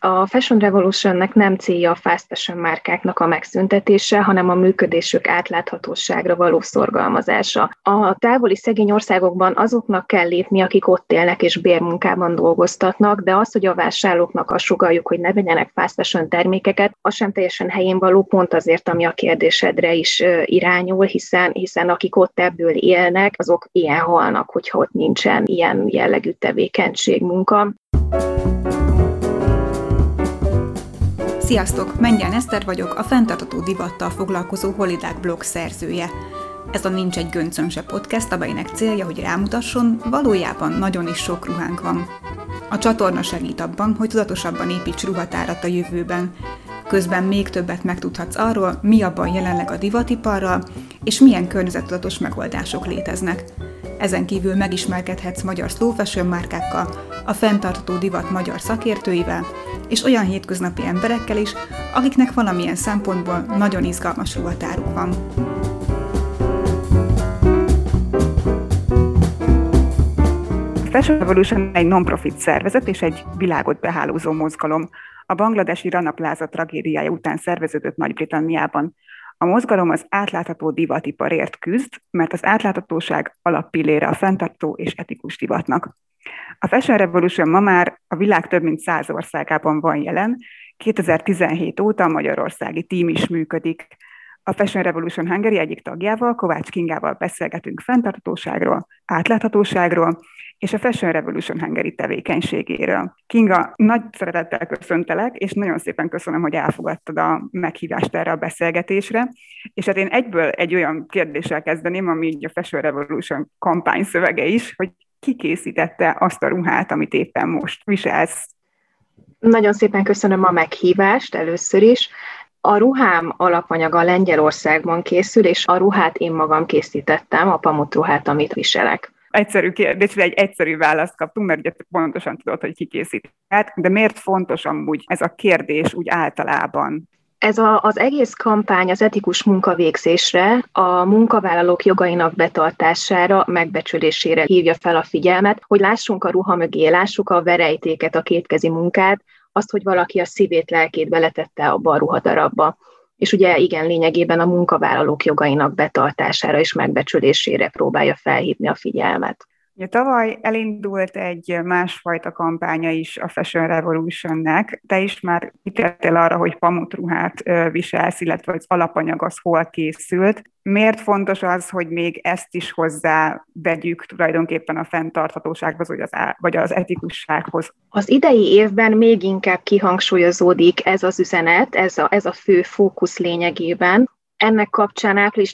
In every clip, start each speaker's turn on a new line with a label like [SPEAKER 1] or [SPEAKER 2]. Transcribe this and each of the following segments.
[SPEAKER 1] A Fashion Revolutionnek nem célja a fast fashion márkáknak a megszüntetése, hanem a működésük átláthatóságra való szorgalmazása. A távoli szegény országokban azoknak kell lépni, akik ott élnek és bérmunkában dolgoztatnak, de az, hogy a vásárlóknak azt sugalljuk, hogy ne vegyenek fast fashion termékeket, az sem teljesen helyén való, pont azért, ami a kérdésedre is irányul, hiszen akik ott ebből élnek, azok ilyen halnak, hogyha ott nincsen ilyen jellegű tevékenység, munka.
[SPEAKER 2] Sziasztok! Mengyel Eszter vagyok, a fenntartható divattal foglalkozó Holidák blog szerzője. Ez a Nincs egy göncön se podcast, amelynek célja, hogy rámutasson, valójában nagyon is sok ruhánk van. A csatorna segít abban, hogy tudatosabban építs ruhatárat a jövőben. Közben még többet megtudhatsz arról, mi a baj jelenleg a divatiparral, és milyen környezettudatos megoldások léteznek. Ezen kívül megismerkedhetsz magyar slow fashion márkákkal, a fenntartható divat magyar szakértőivel, és olyan hétköznapi emberekkel is, akiknek valamilyen szempontból nagyon izgalmas ruhatáruk van.
[SPEAKER 3] A Fashion Revolution egy non-profit szervezet és egy világot behálózó mozgalom. A bangladesi Rana Plaza tragédiája után szerveződött Nagy-Britanniában. A mozgalom az átlátható divatiparért küzd, mert az átláthatóság alappillére a fenntartható és etikus divatnak. A Fashion Revolution ma már a világ több mint 100 országában van jelen, 2017 óta a magyarországi tím is működik. A Fashion Revolution Hungary egyik tagjával, Kovács Kingával beszélgetünk fenntarthatóságról, átláthatóságról és a Fashion Revolution Hungary tevékenységéről. Kinga, nagy szeretettel köszöntelek, és nagyon szépen köszönöm, hogy elfogadtad a meghívást erre a beszélgetésre. És hát én egyből egy olyan kérdéssel kezdeném, ami így a Fashion Revolution kampány szövege is, hogy ki készítette azt a ruhát, amit éppen most viselsz?
[SPEAKER 1] Nagyon szépen köszönöm a meghívást először is. A ruhám alapanyaga Lengyelországban készül, és a ruhát én magam készítettem, a pamutruhát, amit viselek.
[SPEAKER 3] Egyszerű kérdésre egy egyszerű választ kaptunk, mert ugye pontosan tudod, hogy ki készít. De miért fontos amúgy ez a kérdés úgy általában?
[SPEAKER 1] Ez az egész kampány az etikus munkavégzésre, a munkavállalók jogainak betartására, megbecsülésére hívja fel a figyelmet, hogy lássunk a ruha mögé, lássuk a verejtéket, a kétkezi munkát, azt, hogy valaki a szívét, lelkét beletette abba a ruhadarabba. És ugye igen, lényegében a munkavállalók jogainak betartására és megbecsülésére próbálja felhívni a figyelmet.
[SPEAKER 3] Ja, tavaly elindult egy másfajta kampánya is a Fashion Revolutionnek. Te is már kitértél arra, hogy pamutruhát viselsz, illetve az alapanyag az hol készült. Miért fontos az, hogy még ezt is hozzá vegyük tulajdonképpen a fenntarthatósághoz, vagy az etikussághoz?
[SPEAKER 1] Az idei évben még inkább kihangsúlyozódik ez az üzenet, ez a fő fókusz lényegében. Ennek kapcsán április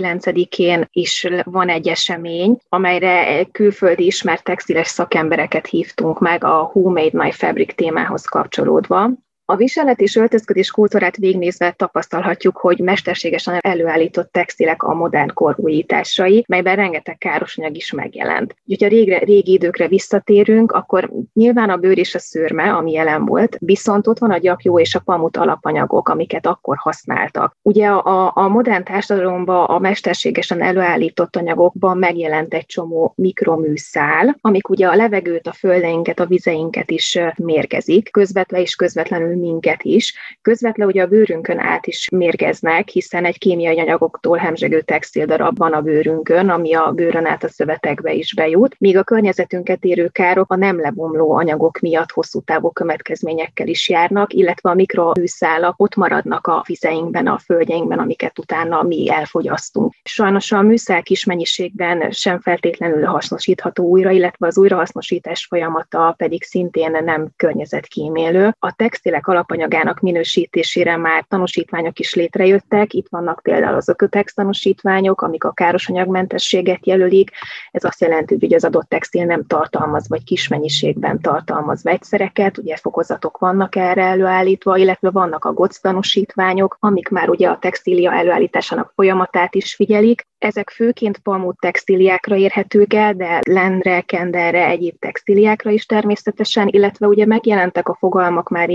[SPEAKER 1] 19-én is van egy esemény, amelyre külföldi ismert textiles szakembereket hívtunk meg a Who Made My Fabric témához kapcsolódva. A viselet és öltözködés kultúrát végignézve tapasztalhatjuk, hogy mesterségesen előállított textilek a modern kor újításai, melyben rengeteg károsanyag is megjelent. Ha régi időkre visszatérünk, akkor nyilván a bőr és a szőrme, ami jelen volt, viszont ott van a gyapjú és a pamut alapanyagok, amiket akkor használtak. Ugye a modern társadalomban a mesterségesen előállított anyagokban megjelent egy csomó mikroműszál, amik ugye a levegőt, a földeinket, a vizeinket is mérgezik, közvetve és közvetlenül minket is. Közvetlen ugye a bőrünkön át is mérgeznek, hiszen egy kémiai anyagoktól hemzsegő textildarab van a bőrünkön, ami a bőrön át a szövetekbe is bejut, míg a környezetünket érő károk a nem lebomló anyagok miatt hosszú távú következményekkel is járnak, illetve a mikroműszálak ott maradnak a vizeinkben, a földjeinkben, amiket utána mi elfogyasztunk. Sajnos a műszál kis mennyiségben sem feltétlenül hasznosítható újra, illetve az újrahasznosítás folyamata pedig szintén nem környezetkímélő. A textilek alapanyagának minősítésére már tanúsítványok is létrejöttek. Itt vannak például az Ökotex tanúsítványok, amik a károsanyagmentességet jelölik. Ez azt jelenti, hogy az adott textil nem tartalmaz, vagy kis mennyiségben tartalmaz vegyszereket, ugye fokozatok vannak erre előállítva, illetve vannak a GOTS tanúsítványok, amik már ugye a textília előállításának folyamatát is figyelik. Ezek főként pamut textíliákra érhetők el, de lenre, kenderre, egyéb textíliákra is természetesen, illetve ugye megjelentek a fogalmak már régebben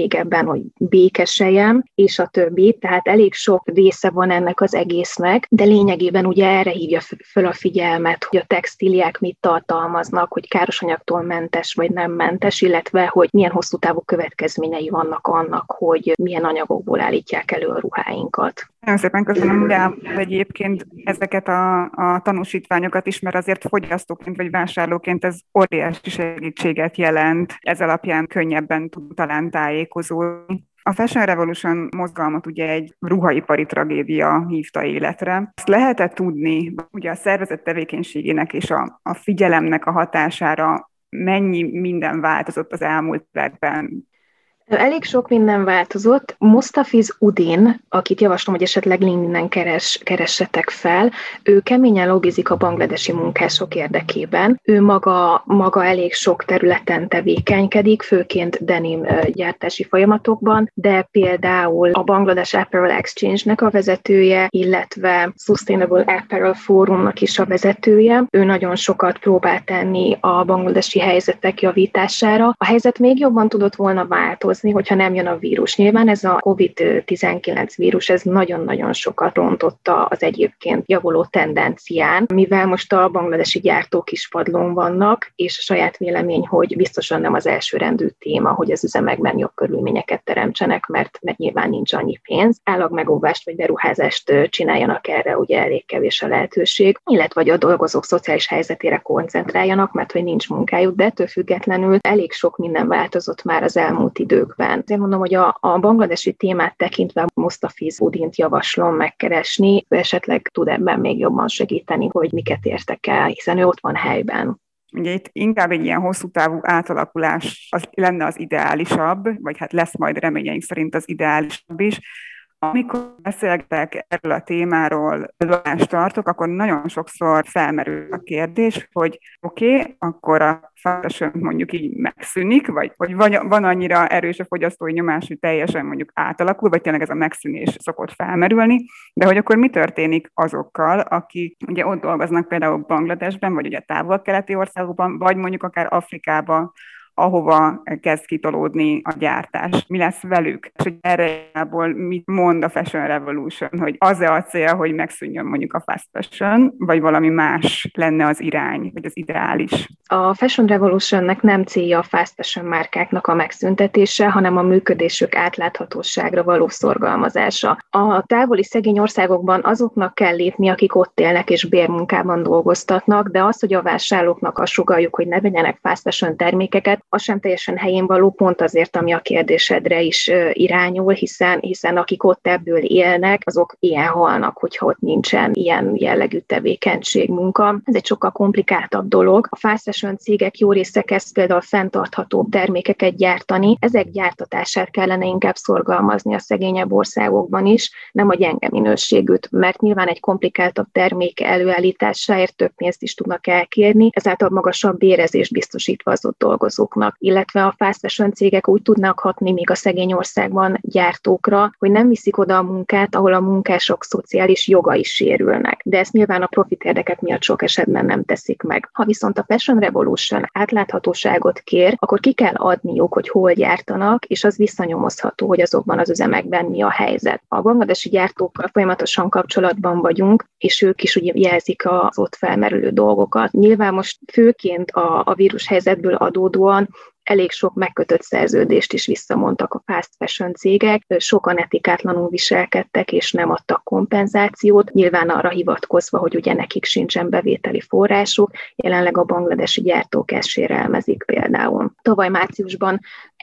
[SPEAKER 1] után, hogy békeseljem, és a többi, tehát elég sok része van ennek az egésznek, de lényegében ugye erre hívja föl a figyelmet, hogy a textíliák mit tartalmaznak, hogy károsanyagtól mentes vagy nem mentes, illetve hogy milyen hosszú távú következményei vannak annak, hogy milyen anyagokból állítják elő a ruháinkat.
[SPEAKER 3] Nagyon szépen köszönöm, de egyébként ezeket a tanúsítványokat is, mert azért fogyasztóként vagy vásárlóként ez óriási segítséget jelent, ez alapján könnyebben tud talán tájékozódni. A Fashion Revolution mozgalmat ugye egy ruhaipari tragédia hívta életre. Azt lehetett tudni, ugye a szervezet tevékenységének és a figyelemnek a hatására mennyi minden változott az elmúlt években?
[SPEAKER 1] Elég sok minden változott. Mostafiz Udin, akit javaslom, hogy esetleg LinkedIn-en keressetek fel, ő keményen lobbizik a bangladesi munkások érdekében. Ő maga elég sok területen tevékenykedik, főként denim gyártási folyamatokban, de például a Bangladesh Apparel Exchange-nek a vezetője, illetve Sustainable Apparel Forumnak is a vezetője. Ő nagyon sokat próbál tenni a bangladesi helyzetek javítására. A helyzet még jobban tudott volna változni, hogyha nem jön a vírus. Nyilván ez a COVID-19 vírus, ez nagyon-nagyon sokat rontotta az egyébként javuló tendencián, mivel most a bangladesi gyártók is padlón vannak, és a saját vélemény, hogy biztosan nem az elsőrendű téma, hogy az üzemekben jobb körülményeket teremtsenek, mert nyilván nincs annyi pénz. Állagmegóvást vagy beruházást csináljanak erre, ugye elég kevés a lehetőség, illetve hogy a dolgozók szociális helyzetére koncentráljanak, mert hogy nincs munkájuk, de ettől függetlenül elég sok minden változott már az elmúlt időkben. Én mondom, hogy a bangladesi témát tekintve Mostafiz Udint javaslom megkeresni, ő esetleg tud ebben még jobban segíteni, hogy miket értek el, hiszen ő ott van helyben.
[SPEAKER 3] Ugye itt inkább egy ilyen hosszú távú átalakulás lenne az ideálisabb, vagy hát lesz majd reményeink szerint az ideálisabb is. Amikor beszélgetek erről a témáról, előadást tartok, akkor nagyon sokszor felmerül a kérdés, hogy oké, akkor a fashion mondjuk így megszűnik, vagy hogy van annyira erős a fogyasztói nyomás, hogy teljesen mondjuk átalakul, vagy tényleg ez a megszűnés szokott felmerülni, de hogy akkor mi történik azokkal, akik ugye ott dolgoznak például Bangladesben, vagy ugye távol-keleti országokban, vagy mondjuk akár Afrikában, ahova kezd kitolódni a gyártás. Mi lesz velük? És hogy erre mit mond a Fashion Revolution, hogy az-e a cél, hogy megszűnjön mondjuk a fast fashion, vagy valami más lenne az irány, vagy az ideális?
[SPEAKER 1] A Fashion Revolutionnek nem célja a fast fashion márkáknak a megszüntetése, hanem a működésük átláthatóságra való szorgalmazása. A távoli szegény országokban azoknak kell lépni, akik ott élnek és bérmunkában dolgoztatnak, de az, hogy a vásárlóknak azt sugalljuk, hogy ne vegyenek fast fashion termékeket, az sem teljesen helyén való, pont azért, ami a kérdésedre is irányul, hiszen akik ott ebből élnek, azok ilyen halnak, hogyha ott nincsen ilyen jellegű tevékenység, munka. Ez egy sokkal komplikáltabb dolog. A fast fashion cégek jó része kezd például fenntarthatóbb termékeket gyártani. Ezek gyártatását kellene inkább szorgalmazni a szegényebb országokban is, nem a gyenge minőségűt, mert nyilván egy komplikáltabb termék előállításáért több pénzt is tudnak elkérni, ezáltal magasabb bérezést biztosítva az ott dolgozók. Illetve a fast fashion cégek úgy tudnak hatni még a szegény országban gyártókra, hogy nem viszik oda a munkát, ahol a munkások szociális jogai sérülnek. De ezt nyilván a profit érdekek miatt sok esetben nem teszik meg. Ha viszont a Fashion Revolution átláthatóságot kér, akkor ki kell adniuk, hogy hol gyártanak, és az visszanyomozható, hogy azokban az üzemekben mi a helyzet. A bangladesi gyártókkal folyamatosan kapcsolatban vagyunk, és ők is ugye jelzik az ott felmerülő dolgokat. Nyilván most főként a vírus helyzetből adódóan elég sok megkötött szerződést is visszamondtak a fast fashion cégek, sokan etikátlanul viselkedtek és nem adtak kompenzációt, nyilván arra hivatkozva, hogy ugye nekik sincsen bevételi forrásuk, jelenleg a bangladesi gyártók ezt sérelmezik például. Tavaly márciusban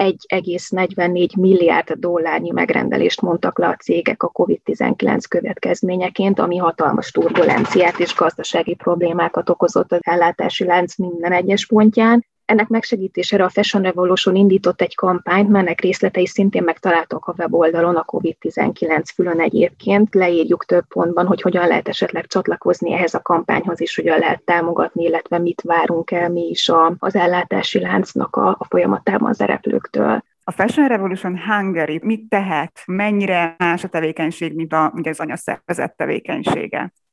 [SPEAKER 1] 1,44 milliárd dollárnyi megrendelést mondtak le a cégek a COVID-19 következményeként, ami hatalmas turbulenciát és gazdasági problémákat okozott az ellátási lánc minden egyes pontján. Ennek megsegítésére a Fashion Revolution indított egy kampányt, melynek részletei szintén megtaláltak a weboldalon a COVID-19 fülön egyébként. Leírjuk több pontban, hogy hogyan lehet esetleg csatlakozni ehhez a kampányhoz is, hogyan lehet támogatni, illetve mit várunk el mi is az ellátási láncnak a folyamatában szereplőktől.
[SPEAKER 3] A Fashion Revolution Hungary mit tehet? Mennyire más a tevékenység, mint az anyaszervezet tevékenysége?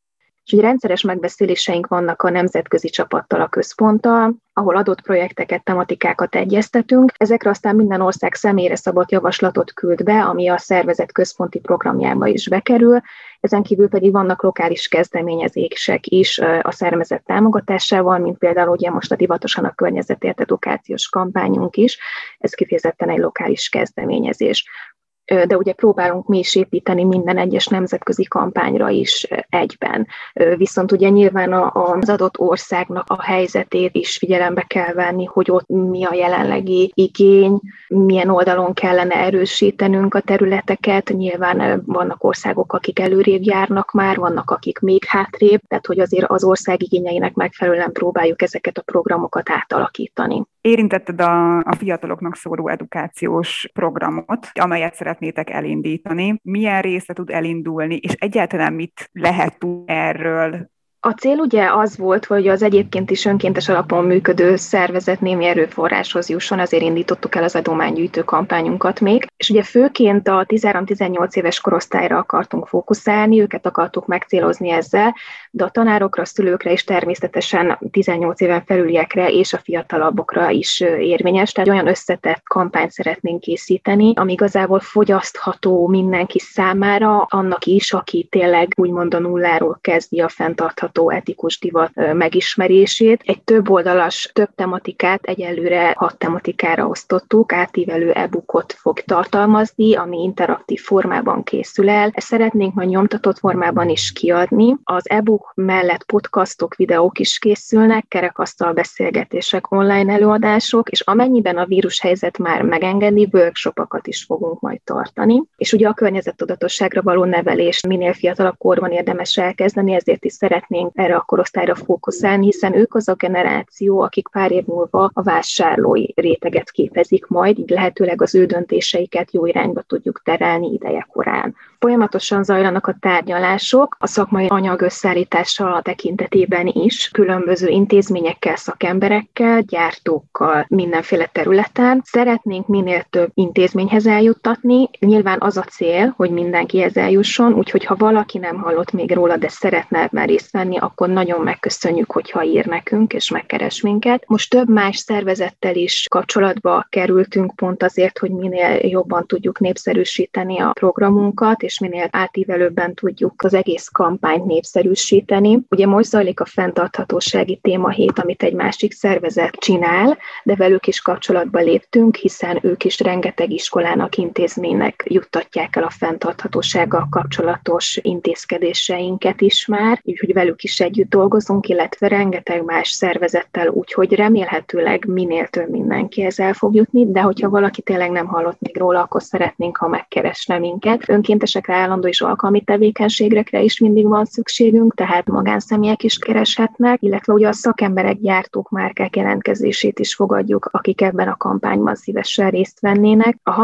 [SPEAKER 1] És ugye rendszeres megbeszéléseink vannak a nemzetközi csapattal, a központtal, ahol adott projekteket, tematikákat egyeztetünk. Ezekre aztán minden ország személyre szabott javaslatot küld be, ami a szervezet központi programjába is bekerül. Ezen kívül pedig vannak lokális kezdeményezések is a szervezet támogatásával, mint például ugye most a divatosan a környezetért edukációs kampányunk is, ez kifejezetten egy lokális kezdeményezés. De ugye próbálunk mi is építeni minden egyes nemzetközi kampányra is egyben. Viszont ugye nyilván az adott országnak a helyzetét is figyelembe kell venni, hogy ott mi a jelenlegi igény, milyen oldalon kellene erősítenünk a területeket. Nyilván vannak országok, akik előrébb járnak már, vannak, akik még hátrébb, tehát hogy azért az ország igényeinek megfelelően próbáljuk ezeket a programokat átalakítani.
[SPEAKER 3] Érintetted a fiataloknak szóló edukációs programot, amelyet szeretnétek elindítani. Milyen része tud elindulni, és egyáltalán mit lehet tudni erről?
[SPEAKER 1] A cél ugye az volt, hogy az egyébként is önkéntes alapon működő szervezet némi erőforráshoz jusson, azért indítottuk el az adománygyűjtő kampányunkat még, és ugye főként a 13-18 éves korosztályra akartunk fókuszálni, őket akartuk megcélozni ezzel, de a tanárokra, a szülőkre is természetesen 18 éven felüliekre és a fiatalabbokra is érvényes, tehát olyan összetett kampányt szeretnénk készíteni, ami igazából fogyasztható mindenki számára, annak is, aki tényleg úgymond a nulláról kezdi a fenntartható etikus divat megismerését. Egy több oldalas, több tematikát egyelőre 6 tematikára osztottuk, átívelő e-bookot fog tartalmazni, ami interaktív formában készül el. Ezt szeretnénk majd nyomtatott formában is kiadni. Az e-book mellett podcastok, videók is készülnek, kerekasztal beszélgetések, online előadások, és amennyiben a vírushelyzet már megengedi, workshopokat is fogunk majd tartani. És ugye a környezettudatosságra való nevelést minél fiatalabb korban érdemes elkezdeni, ezért is szeretnénk erre a korosztályra fókuszálni, hiszen ők az a generáció, akik pár év múlva a vásárlói réteget képezik majd, így lehetőleg az ő döntéseiket jó irányba tudjuk terelni ideje korán. Folyamatosan zajlanak a tárgyalások, a szakmai anyag összeállítása tekintetében is, különböző intézményekkel, szakemberekkel, gyártókkal, mindenféle területen. Szeretnénk minél több intézményhez eljuttatni. Nyilván az a cél, hogy mindenkihez eljusson, úgyhogy ha valaki nem hallott még róla, de szeretne ebben részt venni, akkor nagyon megköszönjük, hogyha ír nekünk és megkeres minket. Most több más szervezettel is kapcsolatba kerültünk pont azért, hogy minél jobban tudjuk népszerűsíteni a programunkat, és minél átívelőbben tudjuk az egész kampányt népszerűsíteni. Ugye most zajlik a fenntarthatósági témahét, amit egy másik szervezet csinál, de velük is kapcsolatba léptünk, hiszen ők is rengeteg iskolának, intézménynek juttatják el a fenntarthatósággal kapcsolatos intézkedéseinket is már, úgyhogy velük is együtt dolgozunk, illetve rengeteg más szervezettel, úgyhogy remélhetőleg minél több mindenkihez el fog jutni, de hogyha valaki tényleg nem hallott még róla, akkor szeretnénk, ha megkeresne minket. Önkéntesekre, állandó és alkalmi tevékenységekre is mindig van szükségünk, tehát magánszemélyek is kereshetnek, illetve ugye a szakemberek, gyártók, márkák jelentkezését is fogadjuk, akik ebben a kampányban szívesen részt vennének. A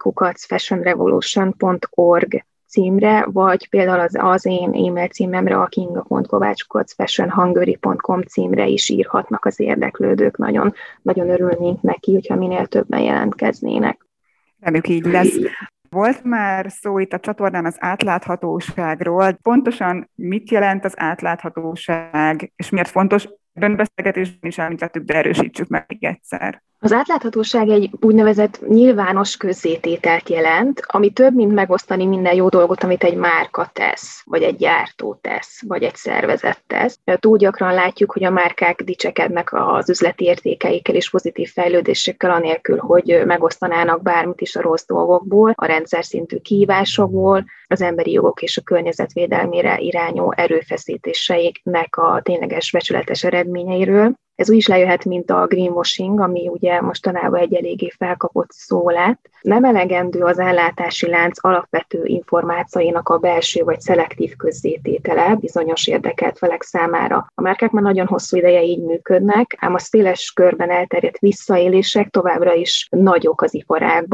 [SPEAKER 1] hungary@fashionrevolution.org címre, vagy például az én e-mail címemre, a kinga.kovács@fashionhungary.com címre is írhatnak az érdeklődők. Nagyon, nagyon örülnénk neki, hogyha minél többen jelentkeznének.
[SPEAKER 3] Reméljük így lesz. Volt már szó itt a csatornán az átláthatóságról. Pontosan mit jelent az átláthatóság, és miért fontos? Ebben beszélgetésben is említettük, de erősítsük meg még egyszer.
[SPEAKER 1] Az átláthatóság egy úgynevezett nyilvános közzétételt jelent, ami több, mint megosztani minden jó dolgot, amit egy márka tesz, vagy egy gyártó tesz, vagy egy szervezet tesz. Túl gyakran látjuk, hogy a márkák dicsekednek az üzleti értékeikkel és pozitív fejlődésekkel, anélkül, hogy megosztanának bármit is a rossz dolgokból, a rendszer szintű kihívásokból, az emberi jogok és a környezetvédelmére irányuló erőfeszítéseiknek a tényleges becsületes eredményeiről. Ez úgy is lejöhet, mint a greenwashing, ami ugye mostanában egy eléggé felkapott szó lett. Nem elegendő az ellátási lánc alapvető információinak a belső vagy szelektív közzététele bizonyos érdekelt felek számára. A márkák már nagyon hosszú ideje így működnek, ám a széles körben elterjedt visszaélések továbbra is nagyok az iparágban.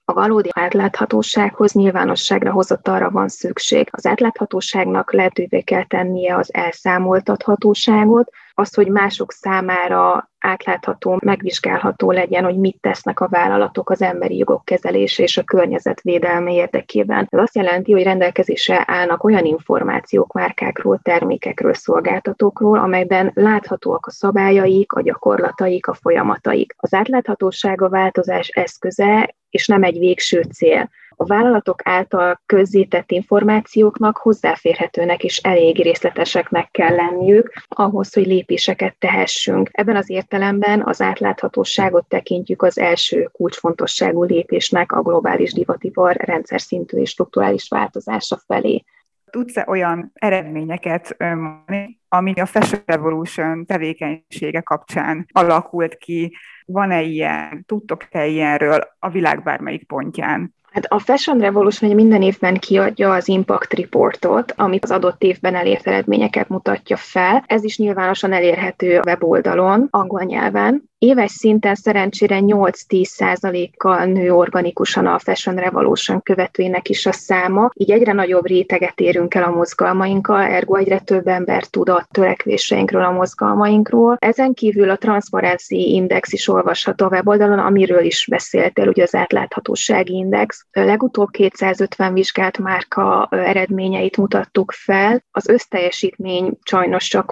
[SPEAKER 1] A valódi átláthatósághoz nyilvánosságra hozatalra van szükség. Az átláthatóságnak lehetővé kell tennie az elszámoltathatóságot, azt, hogy mások számára átlátható, megvizsgálható legyen, hogy mit tesznek a vállalatok az emberi jogok kezelése és a környezetvédelme érdekében. Ez azt jelenti, hogy rendelkezésre állnak olyan információk márkákról, termékekről, szolgáltatókról, amelyben láthatóak a szabályaik, a gyakorlataik, a folyamataik. Az átláthatóság a változás eszköze, és nem egy végső cél. A vállalatok által közzétett információknak hozzáférhetőnek és elég részleteseknek kell lenniük ahhoz, hogy lépéseket tehessünk. Ebben az értelemben az átláthatóságot tekintjük az első kulcsfontosságú lépésnek a globális divatipar rendszer szintű és strukturális változása felé.
[SPEAKER 3] Tudsz-e olyan eredményeket mondani, ami a Fashion Revolution tevékenysége kapcsán alakult ki? Van-e ilyen? Tudtok-e ilyenről a világ bármelyik pontján?
[SPEAKER 1] Hát a Fashion Revolution minden évben kiadja az Impact Reportot, amit az adott évben elért eredményeket mutatja fel. Ez is nyilvánosan elérhető a weboldalon, angol nyelven. Éves szinten szerencsére 8-10%-kal nő organikusan a Fashion Revolution követőinek is a száma, így egyre nagyobb réteget érünk el a mozgalmainkkal, ergo egyre több ember tud a törekvéseinkről, a mozgalmainkról. Ezen kívül a Transparency Index is olvasható a weboldalon, amiről is beszéltél, ugye az átláthatósági index. Legutóbb 250 vizsgált márka eredményeit mutattuk fel, az összteljesítmény sajnos csak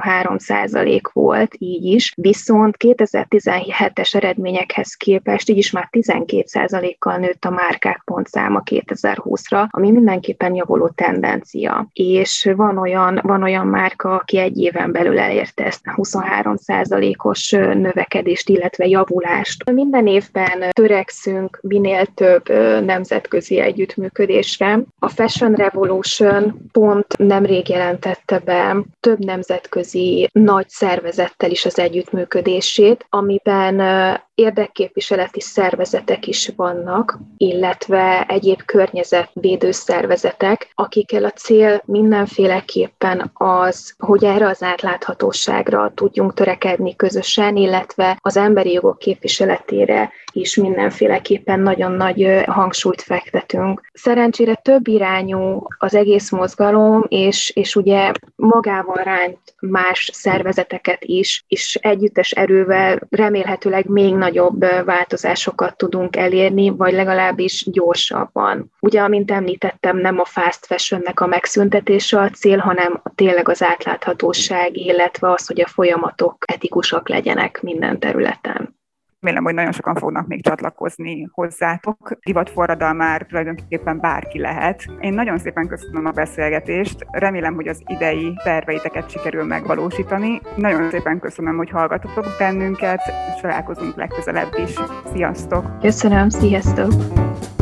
[SPEAKER 1] 23% volt, így is, viszont 2017-es eredményekhez képest így is már 12%-kal nőtt a márkák pontszáma 2020-ra, ami mindenképpen javuló tendencia. És van olyan márka, aki egy éven belül elérte ezt a 23%-os növekedést, illetve javulást. Minden évben törekszünk minél több nemzetközi együttműködésre. A Fashion Revolution pont nemrég jelentette be több nemzetközi nagy szervezettel is az együttműködését, amiben érdekképviseleti szervezetek is vannak, illetve egyéb környezetvédő szervezetek, akikkel a cél mindenféleképpen az, hogy erre az átláthatóságra tudjunk törekedni közösen, illetve az emberi jogok képviseletére is mindenféleképpen nagyon nagy hangsúlyt fektetünk. Szerencsére több irányú az egész mozgalom, és ugye magával rányt más szervezeteket is, és együttes erővel remélhetőleg még nagyobb változásokat tudunk elérni, vagy legalábbis gyorsabban. Ugye, amint említettem, nem a fast fashionnek a megszüntetése a cél, hanem tényleg az átláthatóság, illetve az, hogy a folyamatok etikusak legyenek minden területen.
[SPEAKER 3] Remélem, hogy nagyon sokan fognak még csatlakozni hozzátok. Divatforradalmár tulajdonképpen bárki lehet. Én nagyon szépen köszönöm a beszélgetést. Remélem, hogy az idei terveiteket sikerül megvalósítani. Nagyon szépen köszönöm, hogy hallgatotok bennünket, és találkozunk legközelebb is. Sziasztok!
[SPEAKER 1] Köszönöm, sziasztok!